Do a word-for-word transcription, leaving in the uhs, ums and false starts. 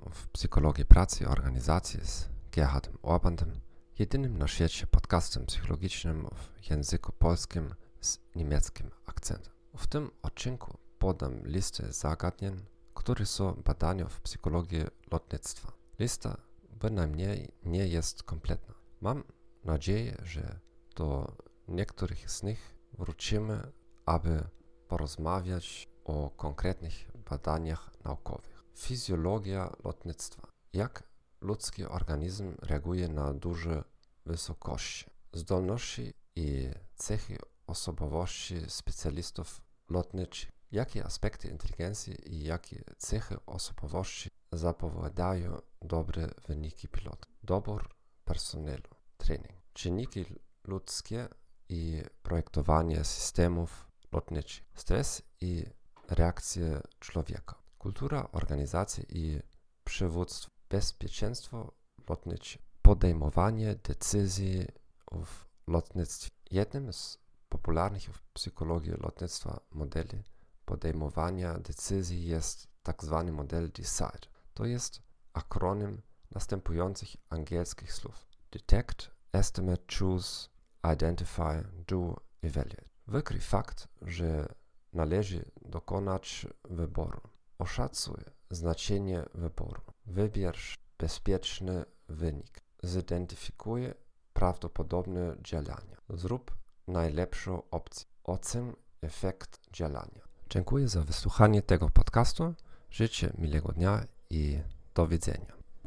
w psychologii pracy i organizacji z Gerhardem Orbandem, jedynym na świecie podcastem psychologicznym w języku polskim z niemieckim akcentem. W tym odcinku podam listę zagadnień, które są badane w psychologii lotnictwa. Lista bynajmniej nie jest kompletna. Mam nadzieję, że do niektórych z nich wrócimy, aby porozmawiać o konkretnych badaniach naukowych. Fizjologia lotnictwa. Jak ludzki organizm reaguje na duże wysokości. Zdolności i cechy osobowości specjalistów lotniczych. Jakie aspekty inteligencji i jakie cechy osobowości zapowiadają dobre wyniki pilota. Dobór personelu. Trening. Czynniki ludzkie i projektowanie systemów lotniczych. Stres i reakcje człowieka. Kultura organizacji i przywództwo. Bezpieczeństwo lotnicze. Podejmowanie decyzji w lotnictwie. Jednym z popularnych w psychologii lotnictwa modeli podejmowania decyzji jest tzw. model DECIDE. To jest akronim następujących angielskich słów. Detect, estimate, choose, identify, do, evaluate. Wykryj fakt, że należy dokonać wyboru. Oszacuj znaczenie wyboru. Wybierz bezpieczny wynik. Zidentyfikuj prawdopodobne działania. Zrób najlepszą opcję. Oceń efekt działania. Dziękuję za wysłuchanie tego podcastu. Życzę miłego dnia i do widzenia.